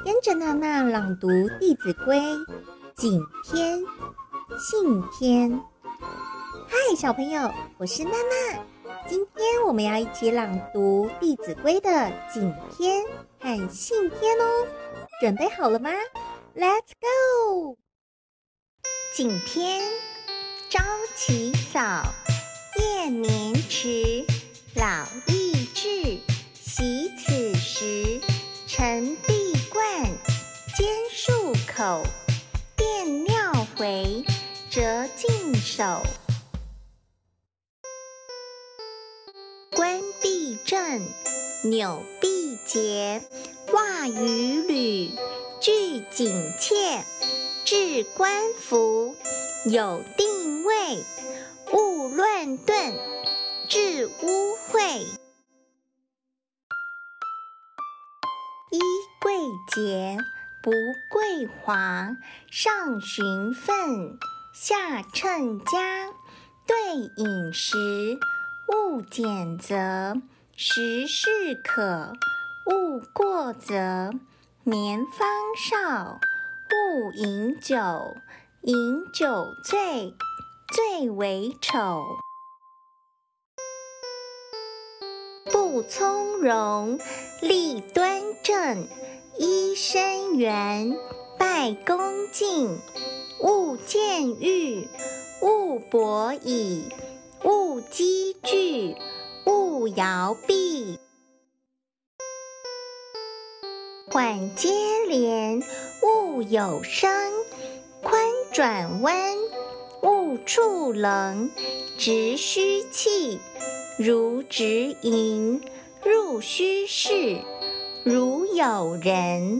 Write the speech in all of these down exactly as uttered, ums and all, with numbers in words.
跟着娜娜朗读《弟子规》景篇、信篇。嗨，小朋友，我是娜娜。今天我们要一起朗读《弟子规》的景篇和信篇哦，准备好了吗 ？Let's go！ 景篇：朝起早，夜眠迟，老易至，习此时。晨必冠，兼漱口，便尿回，辄净手。冠必正，纽必结，袜与履，俱紧切。置冠服，有定位，勿乱顿，致污秽。衣贵洁，不贵华，上循分，下称家。对饮食，勿拣择，时适可，勿过则。年方少，勿饮酒，饮酒醉，最为丑。步从容，立端正，揖生圆，拜恭敬。勿见欲，勿博倚，勿积聚，勿摇臂。缓接连，勿有声，宽转弯，勿触棱。直虚气，如直盈，入虚室，如有人。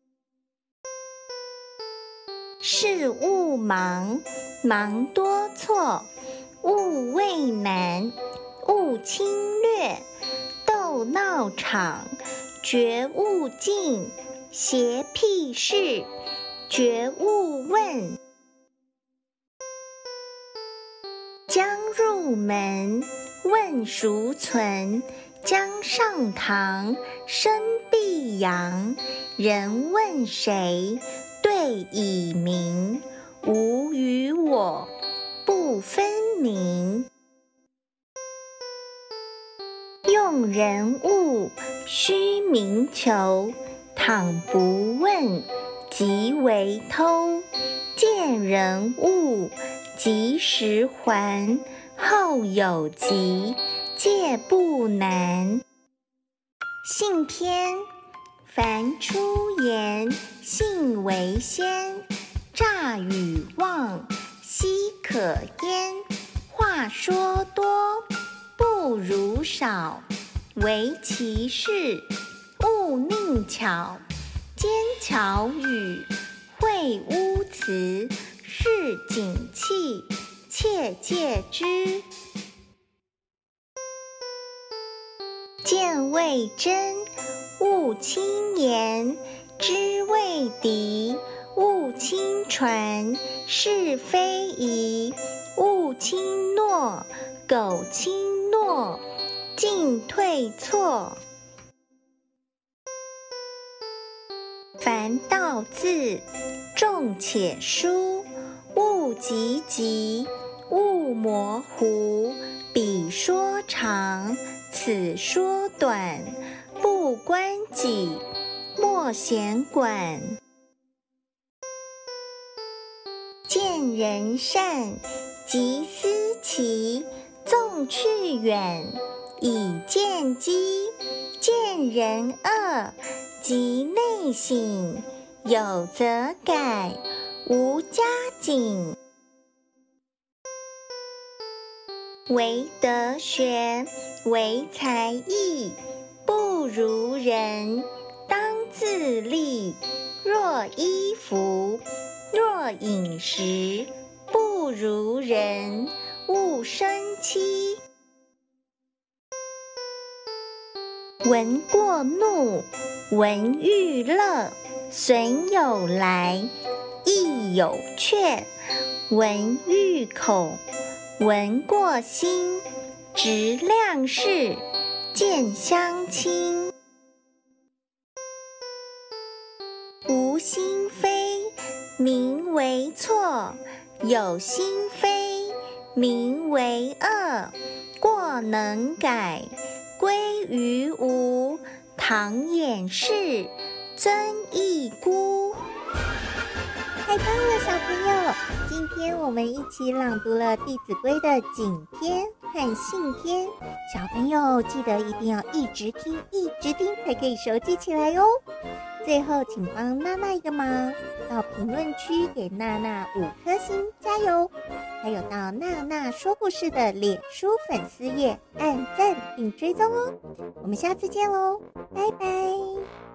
事勿忙，忙多错，勿畏难，勿侵略。斗闹场，绝勿近，邪僻事，绝勿问。将入门，问孰存？将上堂，声必扬。人问谁？对以明。吾与我，不分明。用人物，须明求。倘不问，即为偷。见人物，及时还。后有急，戒不难。信篇：凡出言，信为先。诈与妄，奚可焉？话说多，不如少。唯其事，勿佞巧。奸巧语，秽污词，是警器，切戒之。见未真，勿轻言。知未敌，勿轻传。是非疑，勿轻诺。苟轻诺，进退错。凡道字，重且疏，勿急急，勿模糊。彼说长，此说短，不关己，莫闲管。见人善，即思齐，纵去远，以见机。见人恶，即内省，有则改，无加警。唯德学，唯才艺，不如人，当自砺。若衣服，若饮食，不如人，勿生戚。闻过怒，闻欲乐，损有来，益有却。闻欲恐，闻过心，直量事，见相亲。 无心非，名为错；有心非，名为恶。过能改，归于无。唐掩饰，曾益姑。太棒了，小朋友！今天我们一起朗读了《弟子规》的景篇和信篇，小朋友记得一定要一直听，一直听，才可以熟记起来哦。最后，请帮娜娜一个忙，到评论区给娜娜五颗星，加油！还有到娜娜说故事的脸书粉丝页按赞并追踪哦。我们下次见喽，拜拜。